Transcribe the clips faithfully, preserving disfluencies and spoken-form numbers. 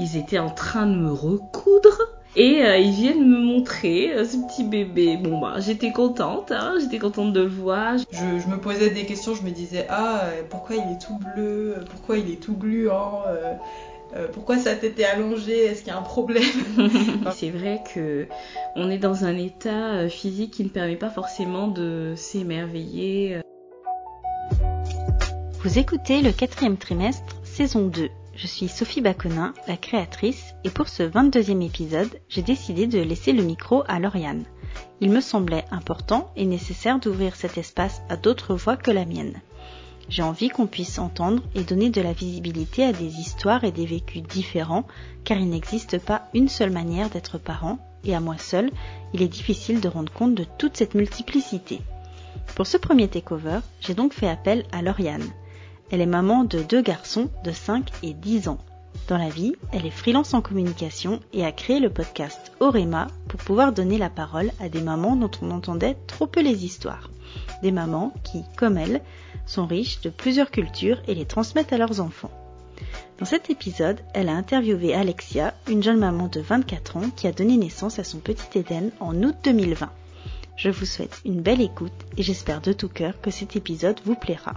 ils étaient en train de me recoudre. Et euh, ils viennent me montrer euh, ce petit bébé. Bon bah j'étais contente, hein, j'étais contente de le voir. Je, je me posais des questions, je me disais ah euh, pourquoi il est tout bleu, pourquoi il est tout gluant, euh, euh, pourquoi sa tête est allongée, est-ce qu'il y a un problème? C'est vrai que on est dans un état physique qui ne permet pas forcément de s'émerveiller. Vous écoutez le quatrième trimestre, saison deux. Je suis Sophie Baconin, la créatrice, et pour ce vingt-deuxième épisode, j'ai décidé de laisser le micro à Lauriane. Il me semblait important et nécessaire d'ouvrir cet espace à d'autres voix que la mienne. J'ai envie qu'on puisse entendre et donner de la visibilité à des histoires et des vécus différents, car il n'existe pas une seule manière d'être parent, et à moi seule, il est difficile de rendre compte de toute cette multiplicité. Pour ce premier takeover, j'ai donc fait appel à Lauriane. Elle est maman de deux garçons de cinq et dix ans. Dans la vie, elle est freelance en communication et a créé le podcast Orema pour pouvoir donner la parole à des mamans dont on entendait trop peu les histoires. Des mamans qui, comme elle, sont riches de plusieurs cultures et les transmettent à leurs enfants. Dans cet épisode, elle a interviewé Alexia, une jeune maman de vingt-quatre ans qui a donné naissance à son petit Eden en août deux mille vingt. Je vous souhaite une belle écoute et j'espère de tout cœur que cet épisode vous plaira.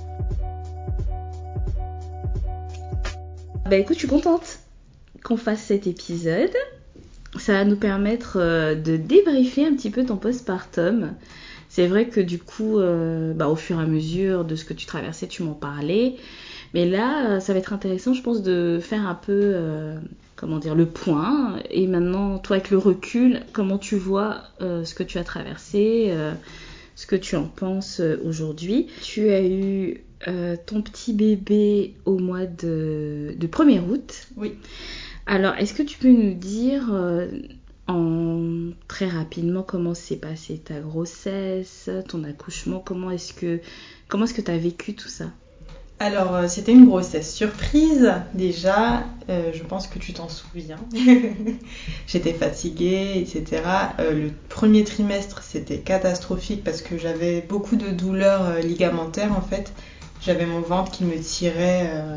Bah écoute, je suis contente qu'on fasse cet épisode. Ça va nous permettre euh, de débriefer un petit peu ton postpartum. C'est vrai que du coup, euh, bah, au fur et à mesure de ce que tu traversais, tu m'en parlais. Mais là, ça va être intéressant, je pense, de faire un peu, euh, comment dire, le point. Et maintenant, toi, avec le recul, comment tu vois euh, ce que tu as traversé, euh, ce que tu en penses euh, aujourd'hui. Tu as eu euh, ton petit bébé au mois de, de premier août. Oui. Alors, est-ce que tu peux nous dire euh, en très rapidement comment s'est passée ta grossesse, ton accouchement, comment est-ce que comment est-ce que tu as vécu tout ça? Alors, euh, c'était une grossesse surprise, déjà, euh, je pense que tu t'en souviens. J'étais fatiguée, et cetera. Euh, le premier trimestre, c'était catastrophique parce que j'avais beaucoup de douleurs euh, ligamentaires, en fait. J'avais mon ventre qui me tirait euh,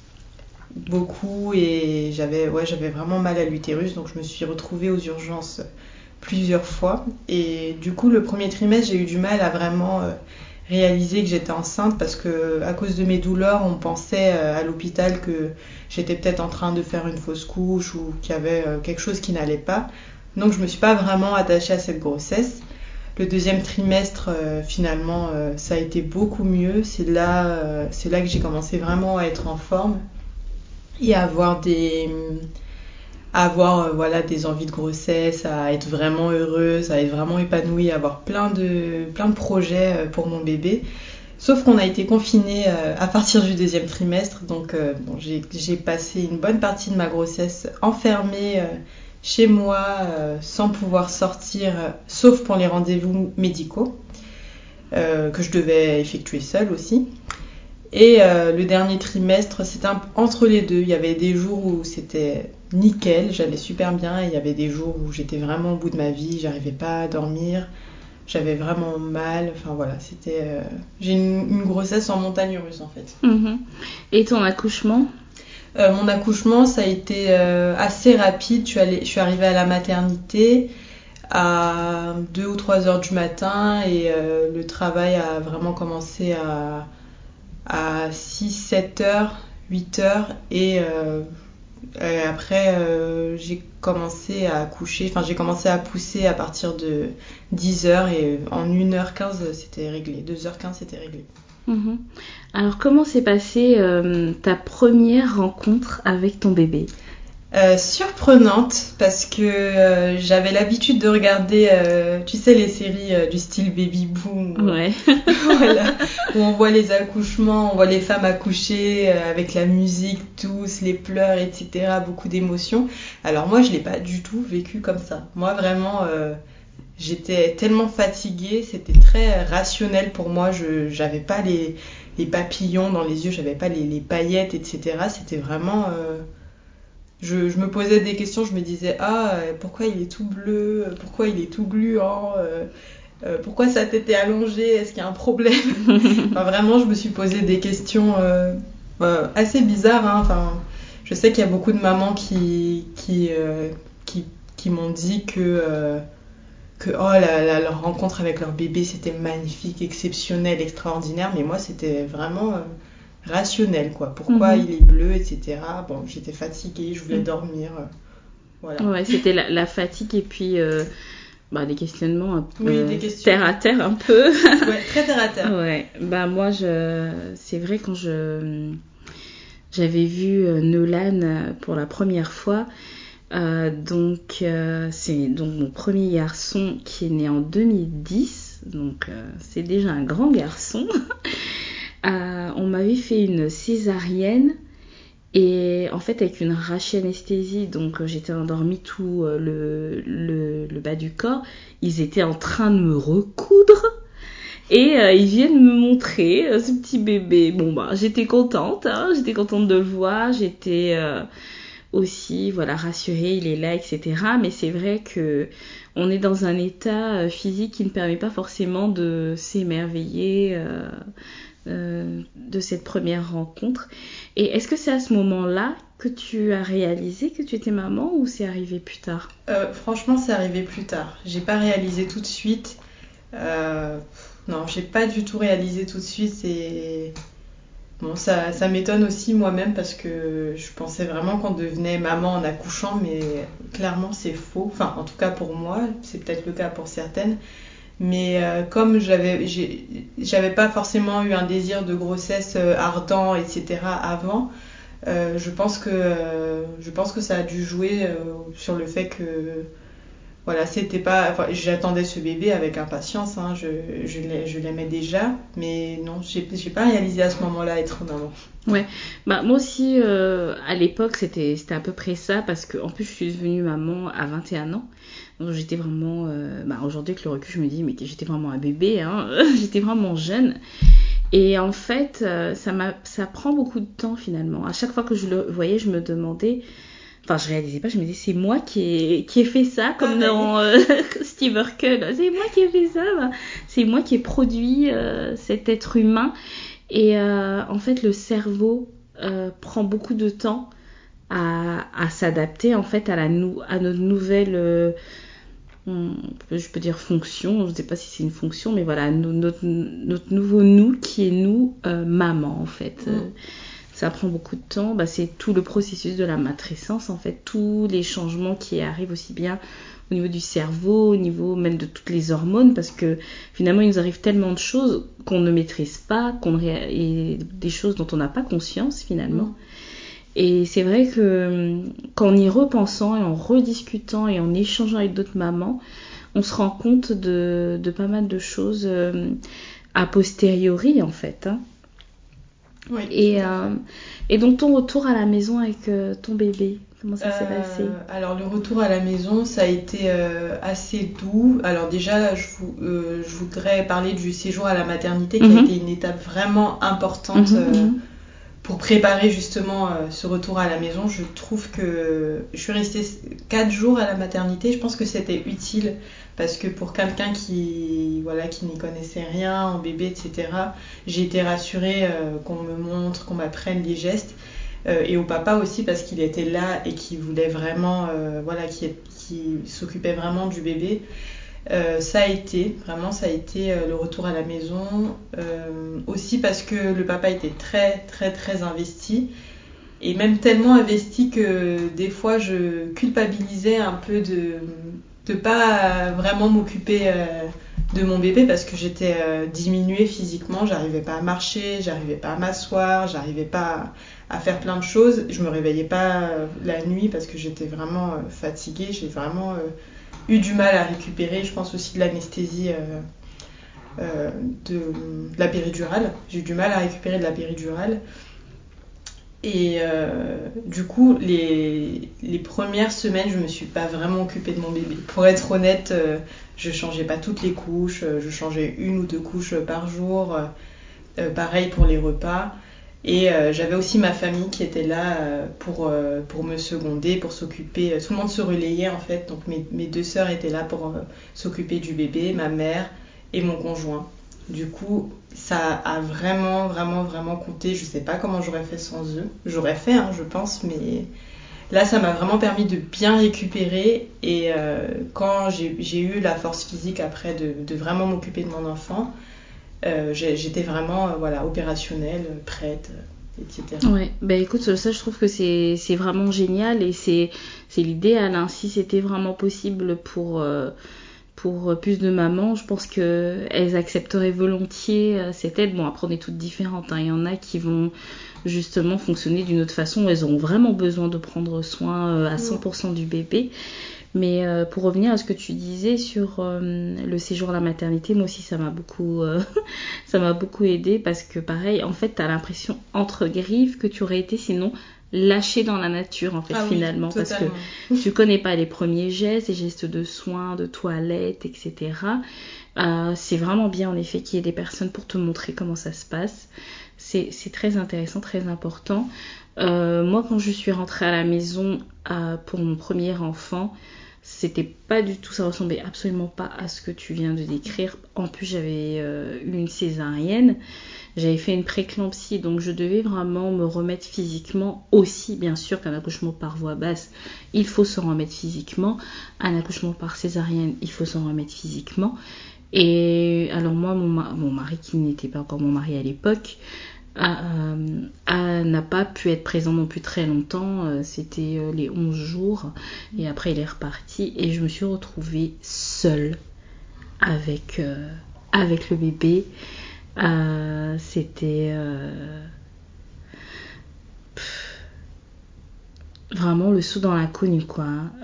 beaucoup et j'avais, ouais, j'avais vraiment mal à l'utérus, donc je me suis retrouvée aux urgences plusieurs fois. Et du coup, le premier trimestre, j'ai eu du mal à vraiment... Euh, réaliser que j'étais enceinte parce que à cause de mes douleurs, on pensait à l'hôpital que j'étais peut-être en train de faire une fausse couche ou qu'il y avait quelque chose qui n'allait pas. Donc je me suis pas vraiment attachée à cette grossesse. Le deuxième trimestre, euh, finalement, euh, ça a été beaucoup mieux. C'est là, euh, c'est là que j'ai commencé vraiment à être en forme et à avoir des à avoir euh, voilà, des envies de grossesse, à être vraiment heureuse, à être vraiment épanouie, à avoir plein de, plein de projets euh, pour mon bébé. Sauf qu'on a été confinés euh, à partir du deuxième trimestre, donc euh, bon, j'ai, j'ai passé une bonne partie de ma grossesse enfermée euh, chez moi, euh, sans pouvoir sortir, euh, sauf pour les rendez-vous médicaux, euh, que je devais effectuer seule aussi. Et euh, le dernier trimestre, c'était un, entre les deux. Il y avait des jours où c'était nickel, j'allais super bien, et il y avait des jours où j'étais vraiment au bout de ma vie, j'arrivais pas à dormir, j'avais vraiment mal. Enfin voilà, c'était. Euh... J'ai une, une grossesse en montagne russe en fait. Mmh. Et ton accouchement? euh, Mon accouchement, ça a été euh, assez rapide. Je suis, allée, je suis arrivée à la maternité à deux ou trois heures du matin et euh, le travail a vraiment commencé à. à six sept heures, huit heures et, euh, et après euh, j'ai commencé à accoucher, enfin j'ai commencé à pousser à partir de dix heures et en une heure quinze c'était réglé, deux heures quinze c'était réglé. Mmh. Alors comment s'est passée euh, ta première rencontre avec ton bébé? Euh, surprenante parce que euh, j'avais l'habitude de regarder, euh, tu sais, les séries euh, du style Baby Boom. Où, ouais. Voilà, où on voit les accouchements, on voit les femmes accoucher euh, avec la musique, tous les pleurs, et cetera. Beaucoup d'émotions. Alors moi, je l'ai pas du tout vécu comme ça. Moi, vraiment, euh, j'étais tellement fatiguée, c'était très rationnel pour moi. Je j'avais pas les, les papillons dans les yeux, j'avais pas les, les paillettes, et cetera. C'était vraiment... Euh, Je, je me posais des questions, je me disais ah pourquoi il est tout bleu, pourquoi il est tout gluant, euh, euh, pourquoi sa tête est allongée, est-ce qu'il y a un problème? Enfin vraiment je me suis posé des questions euh, euh, assez bizarres, hein. Enfin je sais qu'il y a beaucoup de mamans qui, qui, euh, qui, qui m'ont dit que, euh, que oh, la, la, leur rencontre avec leur bébé, c'était magnifique, exceptionnel, extraordinaire. Mais moi, c'était vraiment euh, rationnel, quoi. Pourquoi mm-hmm. il est bleu, et cetera. Bon, j'étais fatiguée, je voulais mm. dormir. Euh, voilà. Ouais, c'était la, la fatigue et puis... Euh... Bah, des questionnements un peu oui, euh, des questions. terre à terre un peu. Ouais, très terre à terre. Ouais, bah moi je c'est vrai quand je j'avais vu Nolan pour la première fois, euh, donc euh, c'est donc mon premier garçon qui est né en deux mille dix, donc euh, c'est déjà un grand garçon. euh, on m'avait fait une césarienne. Et en fait, avec une rachianesthésie, donc j'étais endormie tout le, le, le bas du corps, ils étaient en train de me recoudre et euh, ils viennent me montrer euh, ce petit bébé. Bon, bah, j'étais contente, hein, j'étais contente de le voir, j'étais euh, aussi, voilà, rassurée, il est là, et cetera. Mais c'est vrai que on est dans un état physique qui ne permet pas forcément de s'émerveiller euh, Euh, de cette première rencontre. Et est-ce que c'est à ce moment-là que tu as réalisé que tu étais maman ou c'est arrivé plus tard ? euh, Franchement, c'est arrivé plus tard. J'ai pas réalisé tout de suite. Euh, non, j'ai pas du tout réalisé tout de suite. Et bon, ça, ça m'étonne aussi moi-même parce que je pensais vraiment qu'on devenait maman en accouchant, mais clairement c'est faux. Enfin, en tout cas pour moi, c'est peut-être le cas pour certaines. Mais euh, comme j'avais, j'ai, j'avais pas forcément eu un désir de grossesse euh, ardent, et cetera avant, euh, je pense que euh, je pense que ça a dû jouer euh, sur le fait que voilà, c'était pas, enfin, j'attendais ce bébé avec impatience, hein, je, je, je l'aimais déjà, mais non, j'ai, j'ai pas réalisé à ce moment-là être maman. Ouais, bah moi aussi euh, à l'époque c'était c'était à peu près ça parce que en plus je suis devenue maman à vingt et un ans. Donc j'étais vraiment euh, bah aujourd'hui avec le recul je me dis mais j'étais vraiment un bébé hein, j'étais vraiment jeune. Et en fait euh, ça m'a ça prend beaucoup de temps finalement. À chaque fois que je le voyais, je me demandais Enfin, je réalisais pas, je me disais, c'est moi qui ai, qui ai fait ça, comme ah, dans euh, Steve Urkel. C'est moi qui ai fait ça, bah, c'est moi qui ai produit euh, cet être humain. Et euh, en fait, le cerveau euh, prend beaucoup de temps à, à s'adapter en fait à, la nou- à notre nouvelle, euh, je peux dire fonction, je ne sais pas si c'est une fonction, mais voilà, no- notre, notre nouveau nous qui est nous, euh, maman en fait. Mm. Euh, ça prend beaucoup de temps, bah, c'est tout le processus de la matrescence en fait, tous les changements qui arrivent aussi bien au niveau du cerveau, au niveau même de toutes les hormones, parce que finalement il nous arrive tellement de choses qu'on ne maîtrise pas, qu'on ré... et des choses dont on n'a pas conscience finalement. Mmh. Et c'est vrai que qu'en y repensant et en rediscutant et en échangeant avec d'autres mamans, on se rend compte de, de pas mal de choses euh, a posteriori en fait. Hein. Oui, et, euh, et donc ton retour à la maison avec euh, ton bébé, comment ça euh, s'est passé ? Alors le retour à la maison, ça a été euh, assez doux. Alors déjà, je, vous, euh, je voudrais parler du séjour à la maternité qui mm-hmm. a été une étape vraiment importante mm-hmm. euh, pour préparer justement euh, ce retour à la maison. Je trouve que je suis restée quatre jours à la maternité. Je pense que c'était utile parce que pour quelqu'un qui voilà qui n'y connaissait rien en bébé, et cetera, j'ai été rassurée euh, qu'on me montre, qu'on m'apprenne des gestes. Euh, et au papa aussi parce qu'il était là et qu'il voulait vraiment, euh, voilà, qui, qui s'occupait vraiment du bébé. Euh, ça a été, vraiment, ça a été euh, le retour à la maison. Euh, aussi parce que le papa était très, très, très investi. Et même tellement investi que des fois, je culpabilisais un peu de ne pas vraiment m'occuper euh, de mon bébé parce que j'étais euh, diminuée physiquement. J'arrivais pas à marcher, j'arrivais pas à m'asseoir, j'arrivais pas à, à faire plein de choses. Je me réveillais pas euh, la nuit parce que j'étais vraiment euh, fatiguée. J'ai vraiment euh, eu du mal à récupérer. Je pense aussi de l'anesthésie euh, euh, de, de la péridurale. J'ai eu du mal à récupérer de la péridurale. Et euh, du coup, les, les premières semaines, je me suis pas vraiment occupée de mon bébé. Pour être honnête, euh, je changeais pas toutes les couches, je changeais une ou deux couches par jour. Euh, pareil pour les repas. Et euh, j'avais aussi ma famille qui était là euh, pour, euh, pour me seconder, pour s'occuper. Tout le monde se relayait en fait. Donc mes, mes deux sœurs étaient là pour euh, s'occuper du bébé, ma mère et mon conjoint. Du coup, ça a vraiment, vraiment, vraiment compté. Je sais pas comment j'aurais fait sans eux. J'aurais fait, hein, je pense, mais là, ça m'a vraiment permis de bien récupérer. Et euh, quand j'ai, j'ai eu la force physique après de, de vraiment m'occuper de mon enfant, euh, j'ai, j'étais vraiment euh, voilà, opérationnelle, prête, et cetera. Ouais, bah écoute, ça je trouve que c'est, c'est vraiment génial et c'est, c'est l'idéal. Hein. Si c'était vraiment possible pour, euh, pour plus de mamans, je pense qu'elles accepteraient volontiers euh, cette aide. Bon, après on est toutes différentes. Hein. Il y en a qui vont justement fonctionner d'une autre façon. Elles auront vraiment besoin de prendre soin euh, à cent pour cent du bébé. Mais euh, pour revenir à ce que tu disais sur euh, le séjour à la maternité, moi aussi ça m'a beaucoup, euh, ça m'a beaucoup aidé parce que pareil, en fait, t'as l'impression entre griffes que tu aurais été sinon lâché dans la nature en fait Ah finalement oui, parce que tu connais pas les premiers gestes, les gestes de soins, de toilette, et cetera. Euh, c'est vraiment bien en effet qu'il y ait des personnes pour te montrer comment ça se passe. C'est, c'est très intéressant, très important. Euh, moi, quand je suis rentrée à la maison euh, pour mon premier enfant, c'était pas du tout, ça ressemblait absolument pas à ce que tu viens de décrire. En plus, j'avais euh, eu une césarienne, j'avais fait une préclampsie, donc je devais vraiment me remettre physiquement aussi, bien sûr qu'un accouchement par voie basse, il faut se remettre physiquement. Un accouchement par césarienne, il faut s'en remettre physiquement. Et alors moi, mon, ma- mon mari, qui n'était pas encore mon mari à l'époque, a, euh, a- n'a pas pu être présent non plus très longtemps. Euh, c'était euh, les onze jours. Et après, il est reparti. Et je me suis retrouvée seule avec, euh, avec le bébé. Euh, c'était euh, pff, vraiment le saut dans l'inconnu, quoi.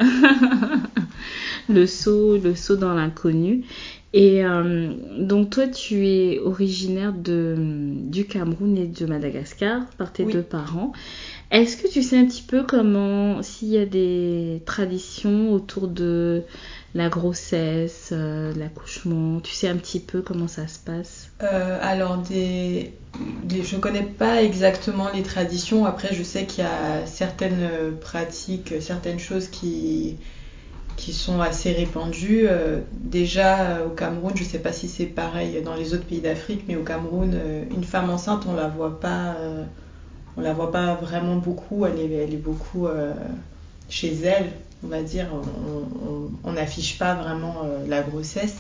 le saut, le saut dans l'inconnu. Et euh, donc toi, tu es originaire de, du Cameroun et de Madagascar par tes Oui. deux parents. Est-ce que tu sais un petit peu comment, s'il y a des traditions autour de la grossesse, euh, l'accouchement, tu sais un petit peu comment ça se passe? Euh, alors, des, des, je ne connais pas exactement les traditions. Après, je sais qu'il y a certaines pratiques, certaines choses qui, qui sont assez répandues. Euh, déjà, au Cameroun, je ne sais pas si c'est pareil dans les autres pays d'Afrique, mais au Cameroun, euh, une femme enceinte, on ne la voit pas, euh, on la voit pas vraiment beaucoup. Elle est, elle est beaucoup euh, chez elle, on va dire. On n'affiche pas vraiment euh, la grossesse.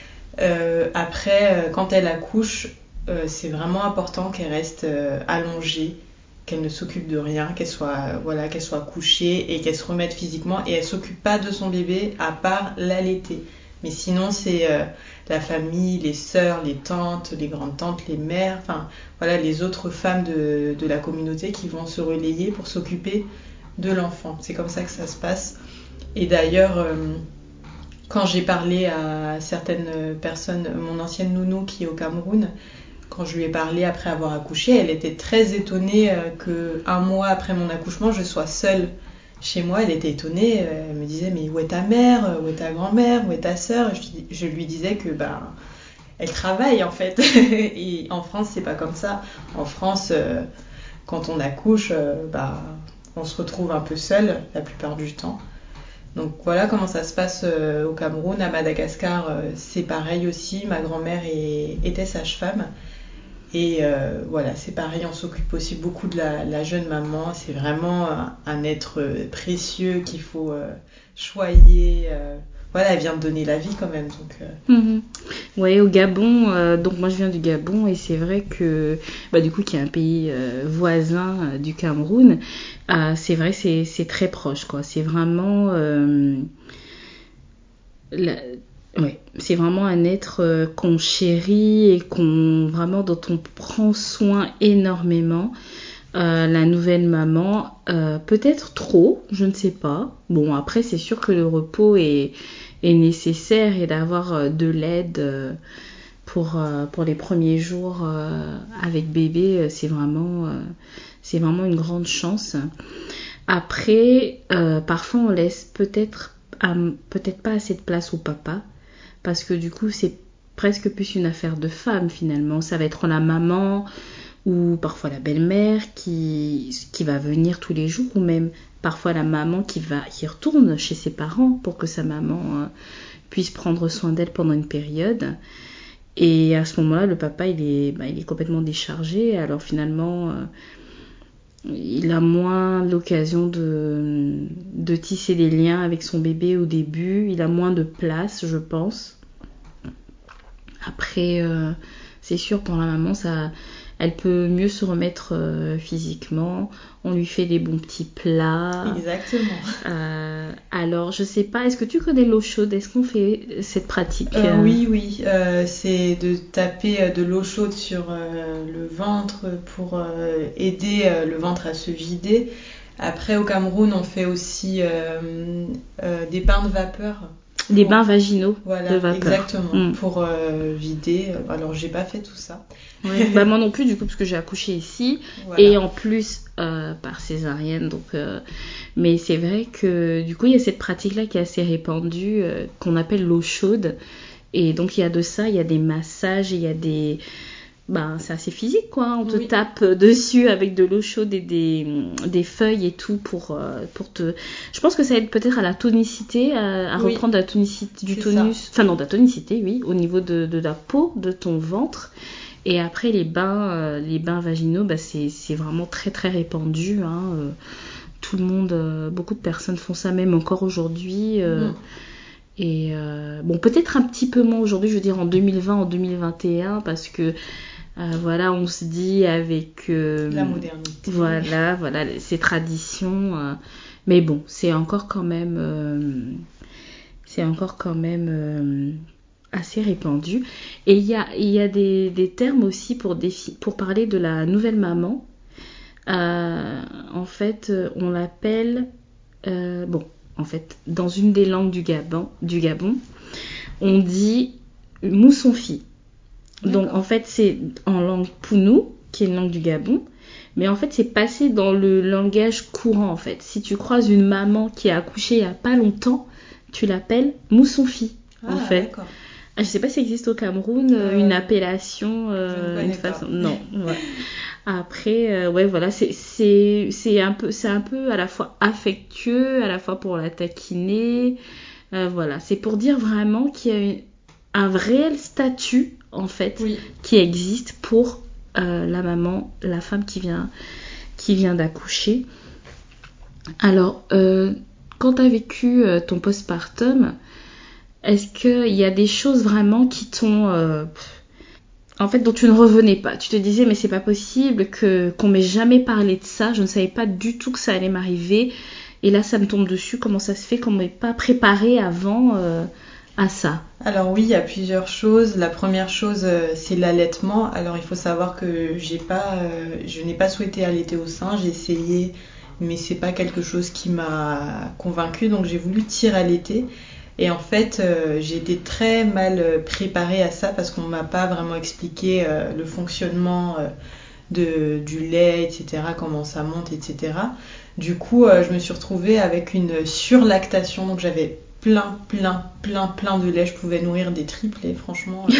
Euh, après, euh, quand elle accouche, euh, c'est vraiment important qu'elle reste euh, allongée, qu'elle ne s'occupe de rien, qu'elle soit, euh, voilà, qu'elle soit couchée et qu'elle se remette physiquement. Et elle s'occupe pas de son bébé à part l'allaiter. Mais sinon, c'est euh, la famille, les sœurs, les tantes, les grandes-tantes, les mères, enfin voilà, les autres femmes de, de la communauté qui vont se relayer pour s'occuper de l'enfant. C'est comme ça que ça se passe. Et d'ailleurs, euh, quand j'ai parlé à certaines personnes, mon ancienne nounou qui est au Cameroun, quand je lui ai parlé après avoir accouché, elle était très étonnée que un mois après mon accouchement, je sois seule chez moi. Elle était étonnée, elle me disait mais où est ta mère, où est ta grand-mère, où est ta sœur? je, je lui disais que ben elle travaille en fait. Et en France, c'est pas comme ça. En France, euh, quand on accouche, euh, bah, on se retrouve un peu seule la plupart du temps. Donc voilà comment ça se passe euh, au Cameroun. À Madagascar, euh, c'est pareil aussi. Ma grand-mère est, était sage-femme. Et euh, voilà, c'est pareil, on s'occupe aussi beaucoup de la, la jeune maman. C'est vraiment un, un être précieux qu'il faut euh, choyer. Euh, voilà, elle vient de donner la vie quand même. Donc, euh... mmh. Ouais, au Gabon, euh, donc moi je viens du Gabon et c'est vrai que, bah, du coup, qui est un pays euh, voisin euh, du Cameroun, euh, c'est vrai, c'est, c'est très proche, quoi. C'est vraiment, euh, la, ouais, c'est vraiment un être euh, qu'on chérit et qu'on vraiment dont on prend soin énormément. Euh, la nouvelle maman, euh, peut-être trop, je ne sais pas. Bon, après, c'est sûr que le repos est, est nécessaire et d'avoir de l'aide euh, pour, euh, pour les premiers jours euh, avec bébé, c'est vraiment, euh, c'est vraiment une grande chance. Après, euh, parfois, on laisse peut-être, euh, peut-être pas assez de place au papa parce que du coup, c'est presque plus une affaire de femme finalement. Ça va être la maman ou parfois la belle-mère qui, qui va venir tous les jours, ou même parfois la maman qui, va, qui retourne chez ses parents pour que sa maman euh, puisse prendre soin d'elle pendant une période. Et à ce moment-là, le papa, il est, bah, il est complètement déchargé. Alors finalement, euh, il a moins l'occasion de, de tisser des liens avec son bébé au début. Il a moins de place, je pense. Après, euh, c'est sûr, pour la maman, ça, elle peut mieux se remettre euh, physiquement. On lui fait des bons petits plats. Exactement. Euh, alors, je sais pas, est-ce que tu connais l'eau chaude? Est-ce qu'on fait cette pratique? euh, Oui, oui. Euh, c'est de taper de l'eau chaude sur euh, le ventre pour euh, aider euh, le ventre à se vider. Après, au Cameroun, on fait aussi euh, euh, des bains de vapeur. Des bains vaginaux voilà, de vapeur. Exactement, mm. pour euh, vider. Alors, j'ai pas fait tout ça. Ouais, bah moi non plus, du coup, parce que j'ai accouché ici. Voilà. Et en plus, euh, par césarienne. Donc, euh... Mais c'est vrai que, du coup, il y a cette pratique-là qui est assez répandue, euh, qu'on appelle l'eau chaude. Et donc, il y a de ça, il y a des massages, il y a des... Bah, c'est assez physique, quoi. On te oui. tape dessus avec de l'eau chaude et des, des feuilles et tout pour, euh, pour te... Je pense que ça aide peut-être à la tonicité, à, à oui. reprendre la tonicité, du c'est tonus... Ça. Enfin, non, de la tonicité, oui, au niveau de, de la peau, de ton ventre. Et après, les bains, euh, les bains vaginaux, bah, c'est, c'est vraiment très, très répandu, hein. Euh, tout le monde, euh, beaucoup de personnes font ça, même encore aujourd'hui. Euh, mmh. Et euh, bon, peut-être un petit peu moins aujourd'hui, je veux dire en deux mille vingt, en deux mille vingt et un, parce que Euh, voilà, on se dit avec euh, la modernité. Voilà, voilà, ces traditions. Euh, mais bon, c'est encore quand même, euh, c'est encore quand même euh, assez répandu. Et il y a, il y a des, des termes aussi pour défi- pour parler de la nouvelle maman. Euh, en fait, on l'appelle, euh, bon, en fait, dans une des langues du Gabon, du Gabon, on dit mousson-fille. D'accord. Donc en fait c'est en langue pounou, qui est une langue du Gabon, mais en fait c'est passé dans le langage courant en fait. Si tu croises une maman qui a accouché il y a pas longtemps, tu l'appelles mousson-fille ah, en fait. D'accord. Je sais pas s'il existe au Cameroun euh, une appellation, euh, une pas. façon. Non. Ouais. Après, euh, ouais voilà, c'est c'est c'est un peu c'est un peu à la fois affectueux, à la fois pour la taquiner. Euh, voilà, c'est pour dire vraiment qu'il y a une, un réel statut en fait oui. qui existe pour euh, la maman, la femme qui vient qui vient d'accoucher. Alors, euh, quand tu as vécu euh, ton postpartum, est-ce qu'il y a des choses vraiment qui t'ont euh, en fait dont tu ne revenais pas? Tu te disais mais c'est pas possible que qu'on m'ait jamais parlé de ça, je ne savais pas du tout que ça allait m'arriver et là ça me tombe dessus, comment ça se fait qu'on m'ait pas préparé avant euh, à ça? Alors oui, il y a plusieurs choses. La première chose, euh, c'est l'allaitement. Alors il faut savoir que j'ai pas, euh, je n'ai pas souhaité allaiter au sein. J'ai essayé, mais c'est pas quelque chose qui m'a convaincue. Donc j'ai voulu tire-allaiter. Et en fait, euh, j'ai été très mal préparée à ça parce qu'on m'a pas vraiment expliqué euh, le fonctionnement euh, de, du lait, et cetera, comment ça monte, et cetera. Du coup, euh, je me suis retrouvée avec une surlactation. Donc j'avais plein, plein, plein, plein de lait. Je pouvais nourrir des triplés, franchement. Euh,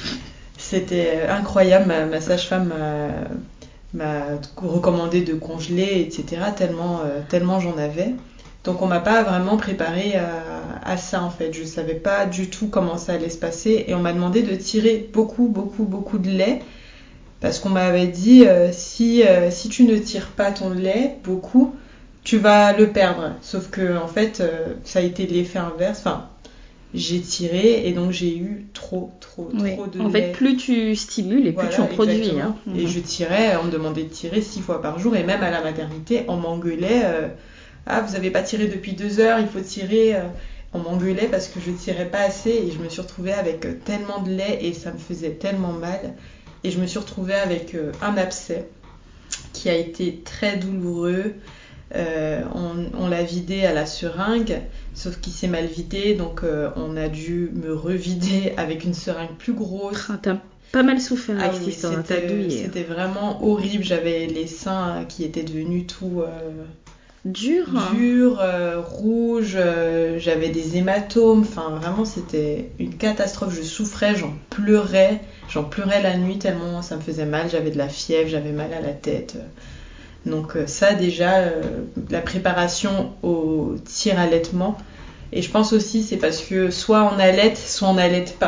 c'était incroyable. Ma, ma sage-femme m'a, m'a recommandé de congeler, et cetera. Tellement, euh, tellement j'en avais. Donc on m'a pas vraiment préparée à, à ça en fait. Je savais pas du tout comment ça allait se passer. Et on m'a demandé de tirer beaucoup, beaucoup, beaucoup de lait. Parce qu'on m'avait dit, euh, si, euh, si tu ne tires pas ton lait beaucoup, tu vas le perdre. Sauf que en fait, euh, ça a été l'effet inverse. Enfin, j'ai tiré et donc j'ai eu trop, trop, oui. trop de en lait. En fait, plus tu stimules et plus voilà, tu en produis. Hein. Et mmh. je tirais, on me demandait de tirer six fois par jour. Et même à la maternité, on m'engueulait. Euh, ah, vous n'avez pas tiré depuis deux heures, il faut tirer. Euh, on m'engueulait parce que je tirais pas assez et je me suis retrouvée avec tellement de lait et ça me faisait tellement mal. Et je me suis retrouvée avec euh, un abcès qui a été très douloureux. Euh, on, on l'a vidé à la seringue, sauf qu'il s'est mal vidé, donc euh, on a dû me revider avec une seringue plus grosse. Ah, t'as pas mal souffert avec ah, cette oui, histoire, c'était, t'as douillé. C'était vraiment horrible, j'avais les seins qui étaient devenus tout... Euh, dur dur, euh, rouge, euh, j'avais des hématomes, enfin vraiment c'était une catastrophe, je souffrais, j'en pleurais, j'en pleurais la nuit tellement ça me faisait mal, j'avais de la fièvre, j'avais mal à la tête. Donc euh, ça déjà, euh, la préparation au tir-allaitement. Et je pense aussi c'est parce que soit on allaite, soit on n'allaite pas.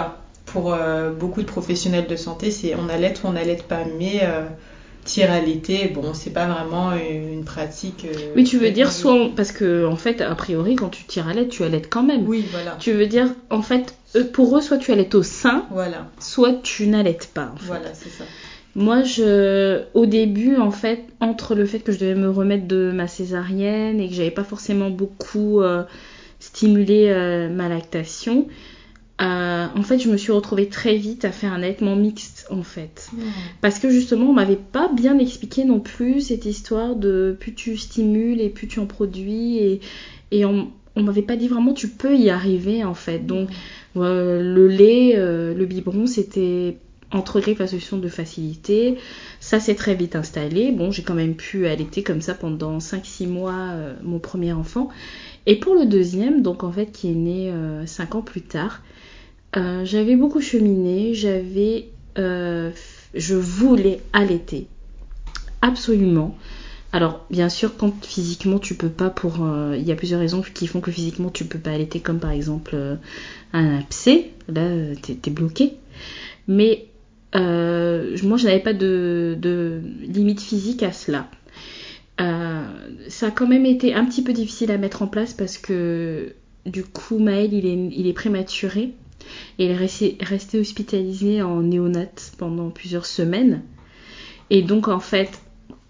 pour euh, beaucoup de professionnels de santé, c'est on allait ou on n'allait pas, mais euh, tire à l'été, bon, c'est pas vraiment une pratique. Euh, oui, tu veux dire soit parce que en fait, a priori, quand tu tires à l'aide, tu allaites quand même. Oui, voilà. Tu veux dire, en fait, pour eux, soit tu allaites au sein, voilà. soit tu n'allaites pas. En fait. Voilà, c'est ça. Moi, je, au début, en fait, entre le fait que je devais me remettre de ma césarienne et que j'avais pas forcément beaucoup euh, stimulé euh, ma lactation, euh, en fait, je me suis retrouvée très vite à faire un allaitement mixte, en fait. Mmh. Parce que justement, on m'avait pas bien expliqué non plus cette histoire de plus tu stimules et plus tu en produis et, et on, on m'avait pas dit vraiment tu peux y arriver, en fait. Donc, mmh. euh, le lait, euh, le biberon, c'était entre griffes la solution de facilité. Ça s'est très vite installé. Bon, j'ai quand même pu allaiter comme ça pendant cinq six mois euh, mon premier enfant. Et pour le deuxième, donc en fait qui est né euh, cinq ans plus tard, euh, j'avais beaucoup cheminé, j'avais, euh, je voulais allaiter, absolument. Alors bien sûr quand physiquement tu peux pas pour, il euh, y a plusieurs raisons qui font que physiquement tu peux pas allaiter, comme par exemple euh, un abcès, là t'es, t'es bloqué. Mais euh, moi je n'avais pas de, de limite physique à cela. Euh, ça a quand même été un petit peu difficile à mettre en place parce que du coup Maël il est, il est prématuré et il est resté, resté hospitalisé en néonat pendant plusieurs semaines et donc en fait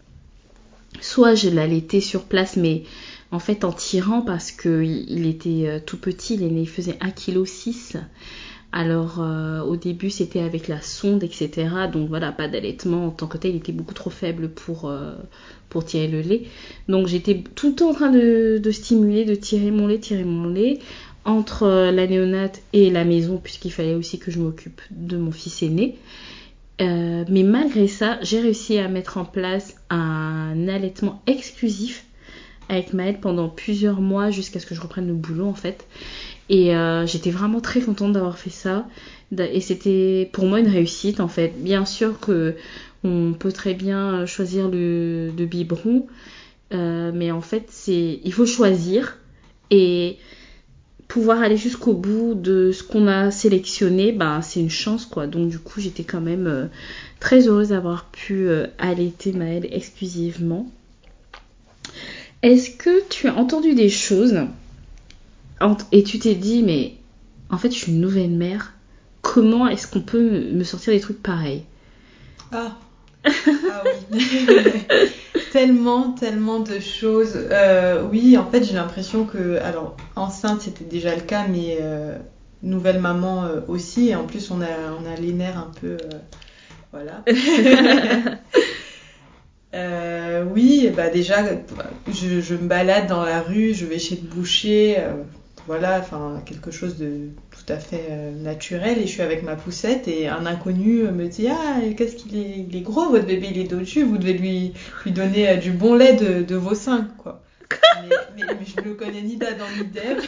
soit je l'allaitais sur place mais en fait en tirant parce que il était tout petit, il, est né, il faisait un virgule six kilos. Alors euh, au début c'était avec la sonde etc, donc voilà, pas d'allaitement en tant que tel, il était beaucoup trop faible pour, euh, pour tirer le lait, donc j'étais tout le temps en train de, de stimuler, de tirer mon lait, tirer mon lait entre euh, la néonate et la maison puisqu'il fallait aussi que je m'occupe de mon fils aîné. Euh, mais malgré ça j'ai réussi à mettre en place un allaitement exclusif avec Maël pendant plusieurs mois jusqu'à ce que je reprenne le boulot en fait. Et euh, j'étais vraiment très contente d'avoir fait ça. Et c'était pour moi une réussite en fait. Bien sûr que on peut très bien choisir le, le biberon, euh, mais en fait c'est, il faut choisir et pouvoir aller jusqu'au bout de ce qu'on a sélectionné, ben c'est une chance quoi. Donc du coup j'étais quand même euh, très heureuse d'avoir pu euh, allaiter Maël exclusivement. Est-ce que tu as entendu des choses et tu t'es dit mais en fait je suis une nouvelle mère, comment est-ce qu'on peut me sortir des trucs pareils? Ah, ah oui. tellement, tellement de choses. Euh, oui, en fait j'ai l'impression que, alors enceinte c'était déjà le cas, mais euh, nouvelle maman euh, aussi, et en plus on a, on a les nerfs un peu, euh, voilà. Euh, oui, bah déjà, je, je me balade dans la rue, je vais chez le boucher, euh, voilà, enfin quelque chose de tout à fait euh, naturel, et je suis avec ma poussette et un inconnu me dit ah qu'est-ce qu'il est, il est gros votre bébé, il est dodu, vous devez lui lui donner euh, du bon lait de, de vos seins quoi. mais, mais, mais je ne le connais ni d'Adam ni d'Ève.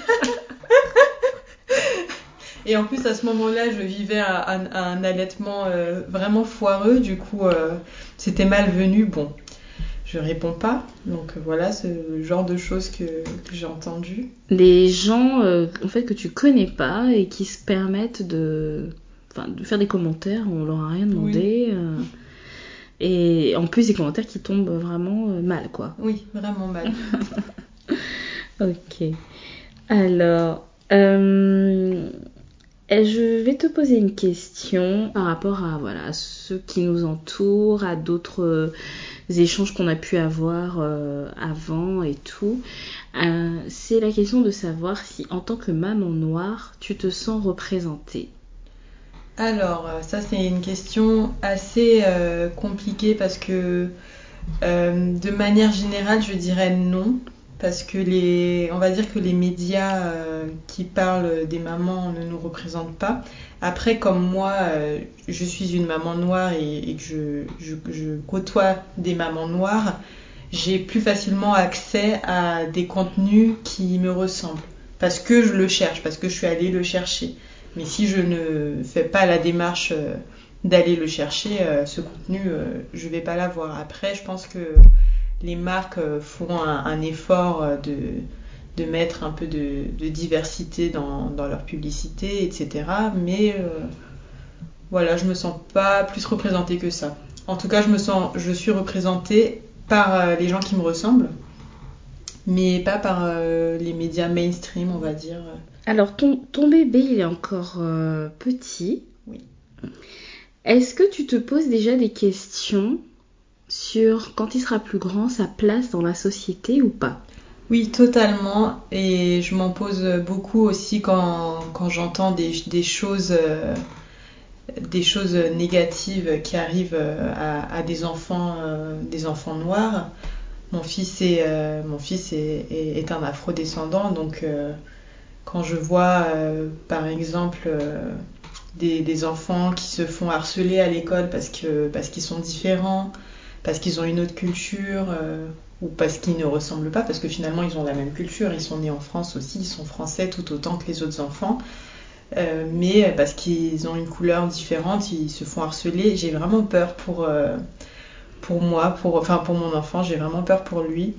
Et en plus à ce moment-là je vivais un, un, un allaitement euh, vraiment foireux, du coup euh, c'était malvenu. Bon, je réponds pas, donc voilà, c'est le genre de choses que, que j'ai entendu. Des gens euh, en fait que tu connais pas et qui se permettent de, enfin, de faire des commentaires, on leur a rien demandé. Oui. Euh, et en plus des commentaires qui tombent vraiment euh, mal quoi. Oui, vraiment mal. Ok. Alors, euh, je vais te poser une question par rapport à, voilà, à ceux qui nous entourent, à d'autres euh, échanges qu'on a pu avoir euh, avant et tout. Euh, c'est la question de savoir si en tant que maman noire, tu te sens représentée. Alors, ça c'est une question assez euh, compliquée parce que euh, de manière générale, je dirais non. Parce que les, on va dire que les médias euh, qui parlent des mamans ne nous représentent pas. Après, comme moi, euh, je suis une maman noire et, et que je, je, je côtoie des mamans noires, j'ai plus facilement accès à des contenus qui me ressemblent. Parce que je le cherche, parce que je suis allée le chercher. Mais si je ne fais pas la démarche euh, d'aller le chercher, euh, ce contenu, euh, je ne vais pas l'avoir. Après, je pense que les marques font un, un effort de, de mettre un peu de, de diversité dans, dans leur publicité, et cetera. Mais euh, voilà, je me sens pas plus représentée que ça. En tout cas, je me sens, je suis représentée par euh, les gens qui me ressemblent, mais pas par euh, les médias mainstream, on va dire. Alors, ton, ton bébé, il est encore euh, petit. Oui. Est-ce que tu te poses déjà des questions sur, quand il sera plus grand, sa place dans la société ou pas? Oui, totalement. Et je m'en pose beaucoup aussi quand, quand j'entends des, des choses, euh, des choses négatives qui arrivent à, à des enfants, euh, des enfants noirs. Mon fils est, euh, mon fils est, est, est un afrodescendant, donc euh, quand je vois, euh, par exemple, euh, des, des enfants qui se font harceler à l'école parce que, parce qu'ils sont différents, parce qu'ils ont une autre culture, euh, ou parce qu'ils ne ressemblent pas, parce que finalement ils ont la même culture, ils sont nés en France aussi, ils sont français tout autant que les autres enfants, euh, mais parce qu'ils ont une couleur différente, ils se font harceler. J'ai vraiment peur pour, euh, pour moi, pour, enfin pour mon enfant, j'ai vraiment peur pour lui.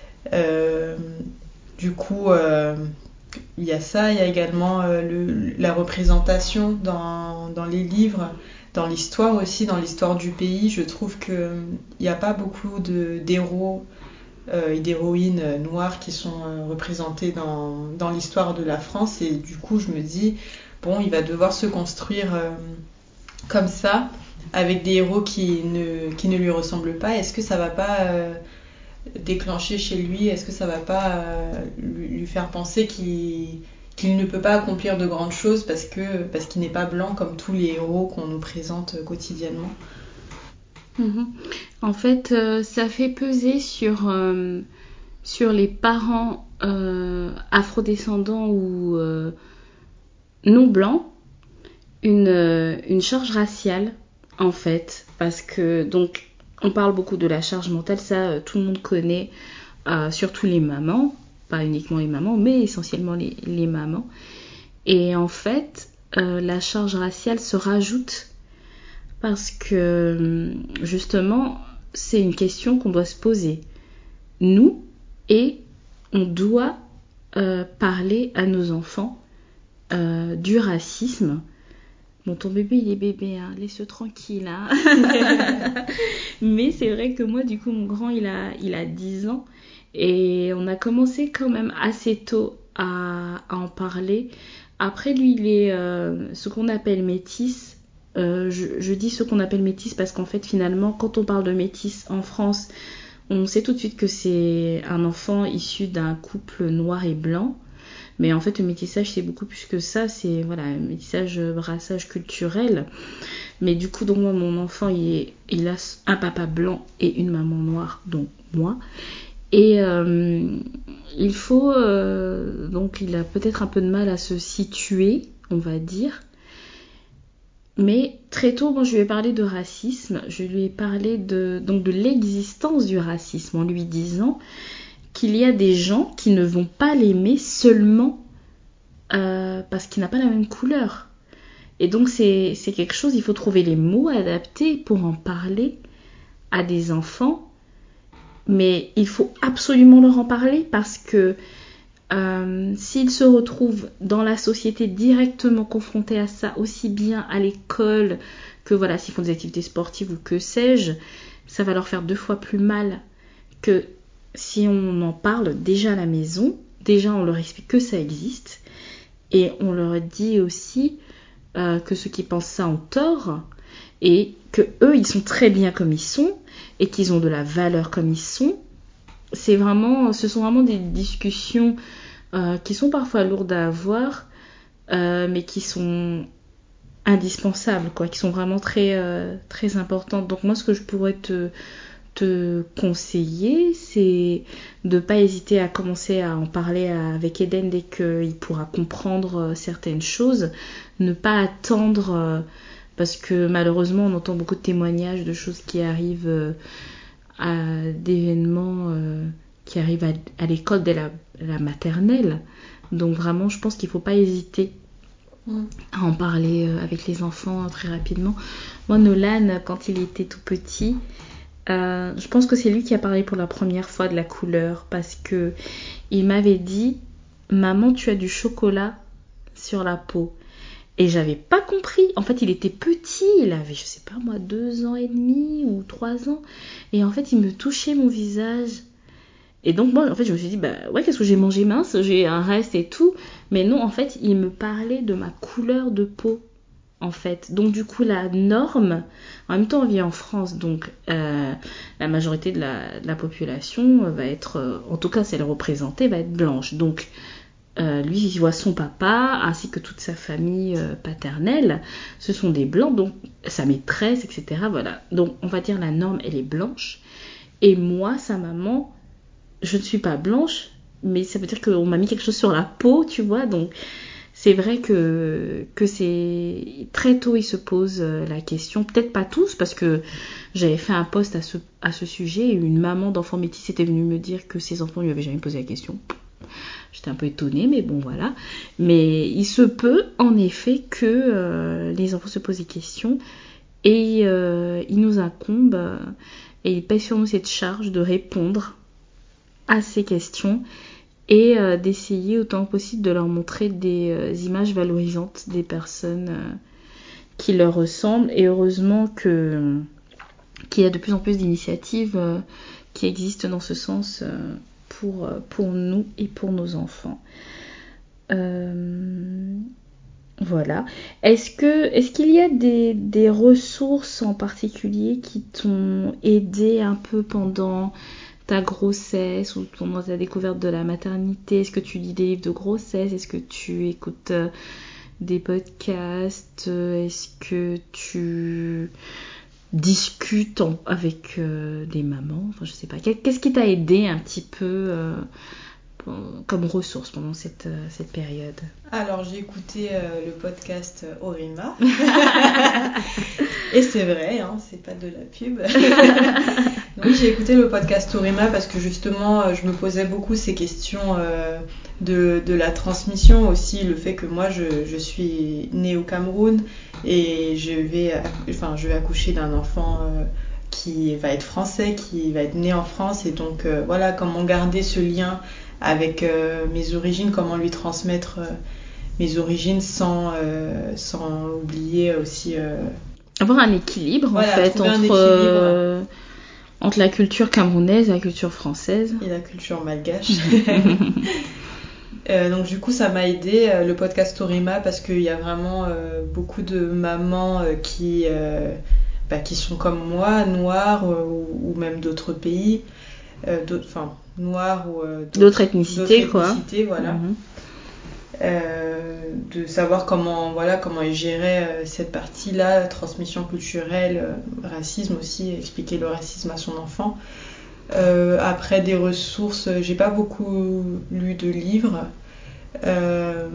Euh, du coup, euh, il y a ça, il y a également euh, le, la représentation dans, dans les livres, dans l'histoire aussi, dans l'histoire du pays. Je trouve qu'il n'y a pas beaucoup de, d'héros euh, et d'héroïnes noires qui sont euh, représentés dans, dans l'histoire de la France. Et du coup, je me dis, bon, il va devoir se construire euh, comme ça, avec des héros qui ne, qui ne lui ressemblent pas. Est-ce que ça va pas euh, déclencher chez lui, est-ce que ça va pas euh, lui, lui faire penser qu'il, qu'il ne peut pas accomplir de grandes choses parce, que, parce qu'il n'est pas blanc comme tous les héros qu'on nous présente quotidiennement? Mmh. En fait, euh, ça fait peser sur, euh, sur les parents euh, afrodescendants ou euh, non blancs une, euh, une charge raciale, en fait. Parce que, donc, on parle beaucoup de la charge mentale, ça, euh, tout le monde connaît, euh, surtout les mamans, pas uniquement les mamans, mais essentiellement les, les mamans. Et en fait, euh, la charge raciale se rajoute parce que, justement, c'est une question qu'on doit se poser, nous, et on doit euh, parler à nos enfants euh, du racisme. Bon, ton bébé, il est bébé, hein, laisse-le tranquille. Hein. Mais c'est vrai que moi, du coup, mon grand, il a, il a dix ans. Et on a commencé quand même assez tôt à, à en parler. Après, lui, il est euh, ce qu'on appelle métis. Euh, je, je dis ce qu'on appelle métis parce qu'en fait, finalement, quand on parle de métis en France, on sait tout de suite que c'est un enfant issu d'un couple noir et blanc. Mais en fait, le métissage, c'est beaucoup plus que ça. C'est voilà, un métissage, brassage culturel. Mais du coup, donc moi, mon enfant, il, est, il a un papa blanc et une maman noire, donc moi. Et euh, il faut... Euh, donc, il a peut-être un peu de mal à se situer, on va dire. Mais très tôt, moi, je lui ai parlé de racisme. Je lui ai parlé de, donc, de l'existence du racisme en lui disant qu'il y a des gens qui ne vont pas l'aimer seulement euh, parce qu'il n'a pas la même couleur. Et donc, c'est, c'est quelque chose, il faut trouver les mots adaptés pour en parler à des enfants. Mais il faut absolument leur en parler parce que Euh, s'ils se retrouvent dans la société directement confrontés à ça, aussi bien à l'école que voilà, s'ils font des activités sportives ou que sais-je, ça va leur faire deux fois plus mal que si on en parle déjà à la maison. Déjà, on leur explique que ça existe et on leur dit aussi euh, que ceux qui pensent ça ont tort et que eux, ils sont très bien comme ils sont et qu'ils ont de la valeur comme ils sont. C'est vraiment, ce sont vraiment des discussions euh, qui sont parfois lourdes à avoir, euh, mais qui sont indispensables, quoi, qui sont vraiment très, euh, très importantes. Donc moi, ce que je pourrais te, te conseiller, c'est de ne pas hésiter à commencer à en parler avec Eden dès qu'il pourra comprendre certaines choses, ne pas attendre, euh, parce que malheureusement, on entend beaucoup de témoignages de choses qui arrivent... Euh, à d'événements euh, qui arrivent à, à l'école dès la, la maternelle. Donc vraiment, je pense qu'il ne faut pas hésiter mmh. à en parler euh, avec les enfants euh, très rapidement. Moi, Nolan, quand il était tout petit, euh, je pense que c'est lui qui a parlé pour la première fois de la couleur parce que il m'avait dit « Maman, tu as du chocolat sur la peau ». Et j'avais pas compris. En fait, il était petit, il avait, je sais pas moi, deux ans et demi ou trois ans. Et en fait, il me touchait mon visage. Et donc moi, en fait, je me suis dit, bah ouais, qu'est-ce que j'ai mangé mince, j'ai un reste et tout. Mais non, en fait, il me parlait de ma couleur de peau, en fait. Donc du coup, la norme, en même temps, on vit en France, donc euh, la majorité de la, de la population va être, euh, en tout cas celle représentée, va être blanche. Donc euh, lui, il voit son papa, ainsi que toute sa famille euh, paternelle, ce sont des blancs, donc sa maîtresse, et cetera. Voilà. Donc on va dire la norme, elle est blanche. Et moi, sa maman, je ne suis pas blanche, mais ça veut dire qu'on m'a mis quelque chose sur la peau, tu vois. Donc, c'est vrai que, que c'est... Très tôt, ils se posent la question. Peut-être pas tous, parce que j'avais fait un post à ce, à ce sujet. Et une maman d'enfant métis était venue me dire que ses enfants lui avaient jamais posé la question. J'étais un peu étonnée, mais bon, voilà. Mais il se peut, en effet, que euh, les enfants se posent des questions. Et euh, il nous incombe, euh, et il pèse sur nous cette charge de répondre à ces questions et euh, d'essayer autant que possible de leur montrer des euh, images valorisantes des personnes euh, qui leur ressemblent. Et heureusement que, qu'il y a de plus en plus d'initiatives euh, qui existent dans ce sens euh, pour, euh, pour nous et pour nos enfants. Euh, voilà. Est-ce que, est-ce qu'il y a des, des ressources en particulier qui t'ont aidé un peu pendant ta grossesse ou pendant ta découverte de la maternité? Est-ce que tu lis des livres de grossesse? Est-ce que tu écoutes euh, des podcasts? Est-ce que tu discutes en, avec euh, des mamans? Enfin, je sais pas. Qu'est-ce qui t'a aidé un petit peu euh, comme ressource pendant cette, euh, cette période? Alors, j'ai écouté euh, le podcast Orima. Et c'est vrai, hein, c'est pas de la pub. Oui, j'ai écouté le podcast Orima parce que justement, je me posais beaucoup ces questions euh, de, de la transmission aussi, le fait que moi, je, je suis née au Cameroun et je vais, enfin, je vais accoucher d'un enfant euh, qui va être français, qui va être né en France. Et donc, euh, voilà, comment garder ce lien avec euh, mes origines, comment lui transmettre euh, mes origines sans, euh, sans oublier aussi... Euh... Avoir un équilibre, voilà, en fait, entre, équilibre. Euh, entre la culture camerounaise et la culture française. Et la culture malgache. euh, donc du coup, ça m'a aidé, euh, le podcast Orima, parce qu'il y a vraiment euh, beaucoup de mamans euh, qui, euh, bah, qui sont comme moi, noires, euh, ou, ou même d'autres pays, euh, enfin, noires ou euh, d'autres, d'autres ethnicités, d'autres quoi. ethnicités, voilà. Mm-hmm. Euh, de savoir comment, voilà, comment il gérait euh, cette partie-là, transmission culturelle, euh, racisme aussi, expliquer le racisme à son enfant. Euh, après, des ressources, j'ai pas beaucoup lu de livres. Euh,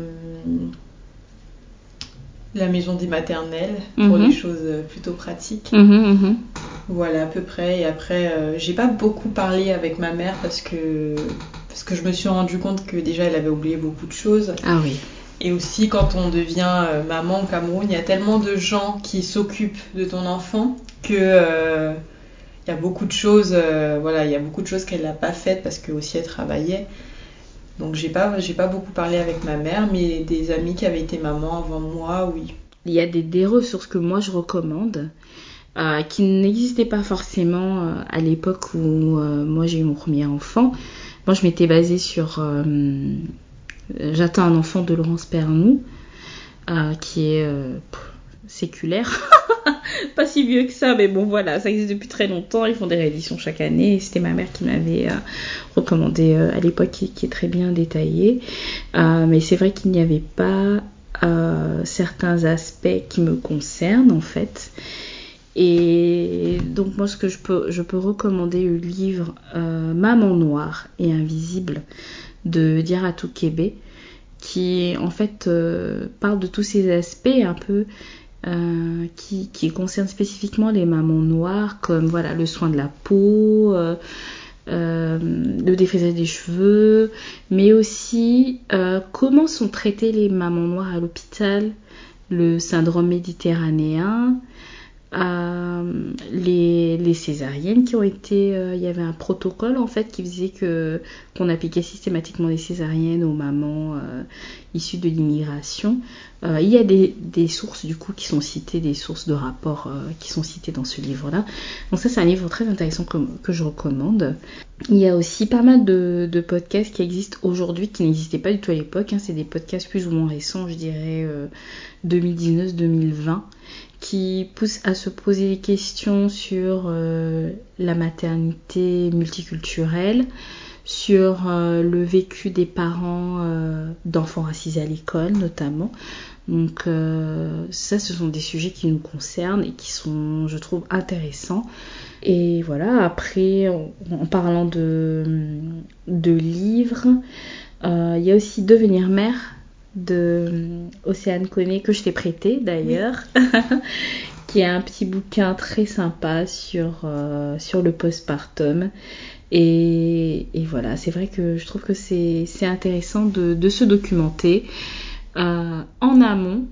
la maison des maternelles, pour mm-hmm. les choses plutôt pratiques. Mm-hmm, mm-hmm. Voilà, à peu près. Et après, euh, j'ai pas beaucoup parlé avec ma mère parce que, parce que je me suis rendu compte que déjà, elle avait oublié beaucoup de choses. Ah oui. Et aussi, quand on devient euh, maman au Cameroun, il y a tellement de gens qui s'occupent de ton enfant que euh, il y a beaucoup de choses, euh, voilà, il y a beaucoup de choses qu'elle n'a pas faites parce que aussi elle travaillait. Donc j'ai pas, j'ai pas beaucoup parlé avec ma mère, mais des amis qui avaient été mamans avant moi, oui. Il y a des, des ressources que moi je recommande, euh, qui n'existaient pas forcément euh, à l'époque où euh, moi j'ai eu mon premier enfant. Moi je m'étais basée sur euh, J'attends un enfant de Laurence Pernou, euh, qui est euh, pff, séculaire. Pas si vieux que ça, mais bon voilà, ça existe depuis très longtemps. Ils font des rééditions chaque année. Et c'était ma mère qui m'avait euh, recommandé euh, à l'époque, qui, qui est très bien détaillé. Euh, mais c'est vrai qu'il n'y avait pas euh, certains aspects qui me concernent en fait. Et donc moi, ce que je peux, je peux recommander le livre euh, Maman Noire et Invisible de Diaratou Kébé, qui en fait euh, parle de tous ces aspects un peu euh, qui, qui concernent spécifiquement les mamans noires, comme voilà, le soin de la peau, euh, euh, le défrisage des cheveux, mais aussi euh, comment sont traitées les mamans noires à l'hôpital, le syndrome méditerranéen, Euh, les, les césariennes qui ont été... Euh, il y avait un protocole en fait qui faisait que, qu'on appliquait systématiquement les césariennes aux mamans euh, issues de l'immigration. Euh, il y a des, des sources du coup qui sont citées, des sources de rapports euh, qui sont citées dans ce livre-là. Donc ça c'est un livre très intéressant que, que je recommande. Il y a aussi pas mal de, de podcasts qui existent aujourd'hui qui n'existaient pas du tout à l'époque. Hein. C'est des podcasts plus ou moins récents, je dirais euh, deux mille dix-neuf deux mille vingt, qui poussent à se poser des questions sur euh, la maternité multiculturelle, sur euh, le vécu des parents euh, d'enfants racisés à l'école notamment. Donc euh, ça, ce sont des sujets qui nous concernent et qui sont, je trouve, intéressants. Et voilà, après, en, en parlant de, de livres, euh, il y a aussi Devenir mère de Océane Koné, que je t'ai prêté d'ailleurs, oui. Qui est un petit bouquin très sympa sur, euh, sur le postpartum. Et, et voilà, c'est vrai que je trouve que c'est, c'est intéressant de, de se documenter euh, en amont,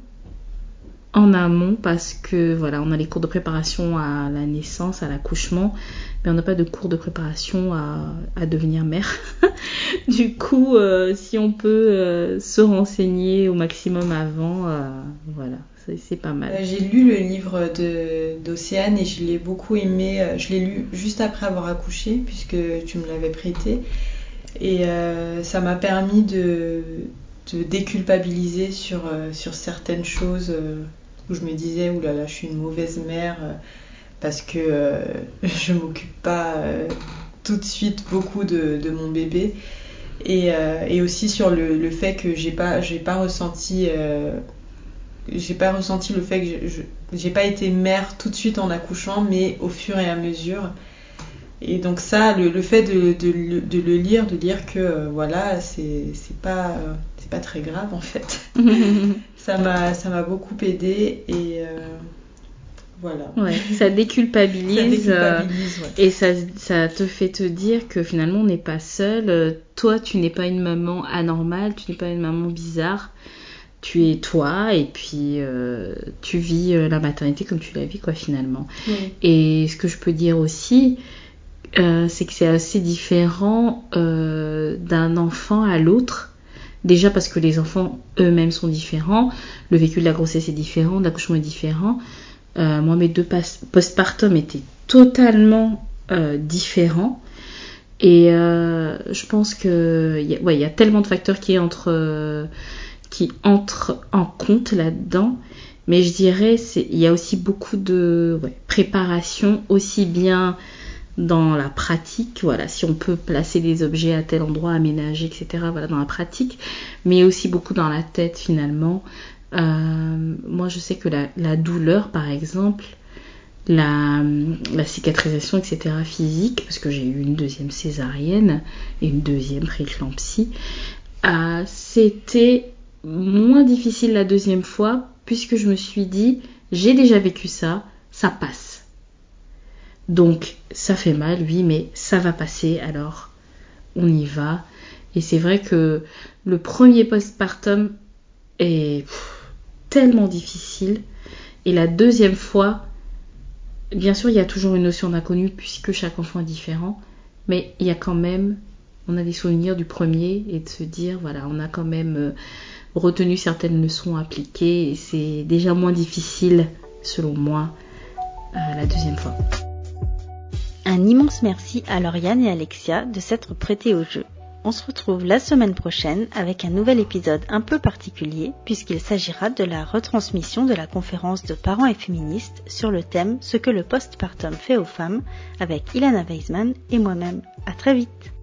en amont parce que voilà, on a les cours de préparation à la naissance, à l'accouchement, mais on n'a pas de cours de préparation à, à devenir mère. Du coup, euh, si on peut euh, se renseigner au maximum avant, euh, voilà, c'est, c'est pas mal. Euh, j'ai lu le livre de, d'Océane et je l'ai beaucoup aimé. Je l'ai lu juste après avoir accouché puisque tu me l'avais prêté. Et euh, ça m'a permis de, de déculpabiliser sur, euh, sur certaines choses euh, où je me disais, oulala, là là, je suis une mauvaise mère euh, parce que euh, je m'occupe pas euh, tout de suite beaucoup de, de mon bébé. Et, euh, et aussi sur le, le fait que j'ai pas, j'ai pas ressenti, euh, j'ai pas ressenti le fait que je, je, j'ai pas été mère tout de suite en accouchant, mais au fur et à mesure. Et donc ça, le, le fait de, de, de le lire, de lire que euh, voilà, c'est, c'est pas, euh, c'est pas très grave en fait. ça m'a, ça m'a beaucoup aidée et euh, voilà. Ouais, ça déculpabilise, ça déculpabilise euh, ouais. Et ça, ça te fait te dire que finalement on n'est pas seul. Euh, toi, tu n'es pas une maman anormale, tu n'es pas une maman bizarre. Tu es toi et puis euh, tu vis euh, la maternité comme tu la vis quoi finalement. Oui. Et ce que je peux dire aussi, euh, c'est que c'est assez différent euh, d'un enfant à l'autre. Déjà parce que les enfants eux-mêmes sont différents, le vécu de la grossesse est différent, de l'accouchement est différent. Euh, moi, mes deux postpartum étaient totalement euh, différents. Et euh, je pense qu'il y, ouais, y a tellement de facteurs qui entrent, euh, qui entrent en compte là-dedans. Mais je dirais qu'il y a aussi beaucoup de ouais, préparation, aussi bien dans la pratique, voilà, si on peut placer des objets à tel endroit, aménager, et cetera, voilà, dans la pratique, mais aussi beaucoup dans la tête finalement. Euh, moi, je sais que la, la douleur, par exemple, la, la cicatrisation, et cetera, physique, parce que j'ai eu une deuxième césarienne et une deuxième prééclampsie, euh, c'était moins difficile la deuxième fois, puisque je me suis dit, j'ai déjà vécu ça, ça passe. Donc, ça fait mal, oui, mais ça va passer, alors on y va. Et c'est vrai que le premier postpartum est pff, tellement difficile. Et la deuxième fois, bien sûr, il y a toujours une notion d'inconnu puisque chaque enfant est différent. Mais il y a quand même, on a des souvenirs du premier et de se dire, voilà, on a quand même euh, retenu certaines leçons appliquées. Et c'est déjà moins difficile, selon moi, euh, la deuxième fois. Un immense merci à Lauriane et Alexia de s'être prêtées au jeu. On se retrouve la semaine prochaine avec un nouvel épisode un peu particulier puisqu'il s'agira de la retransmission de la conférence de parents et féministes sur le thème « Ce que le postpartum fait aux femmes » avec Ilana Weisman et moi-même. À très vite.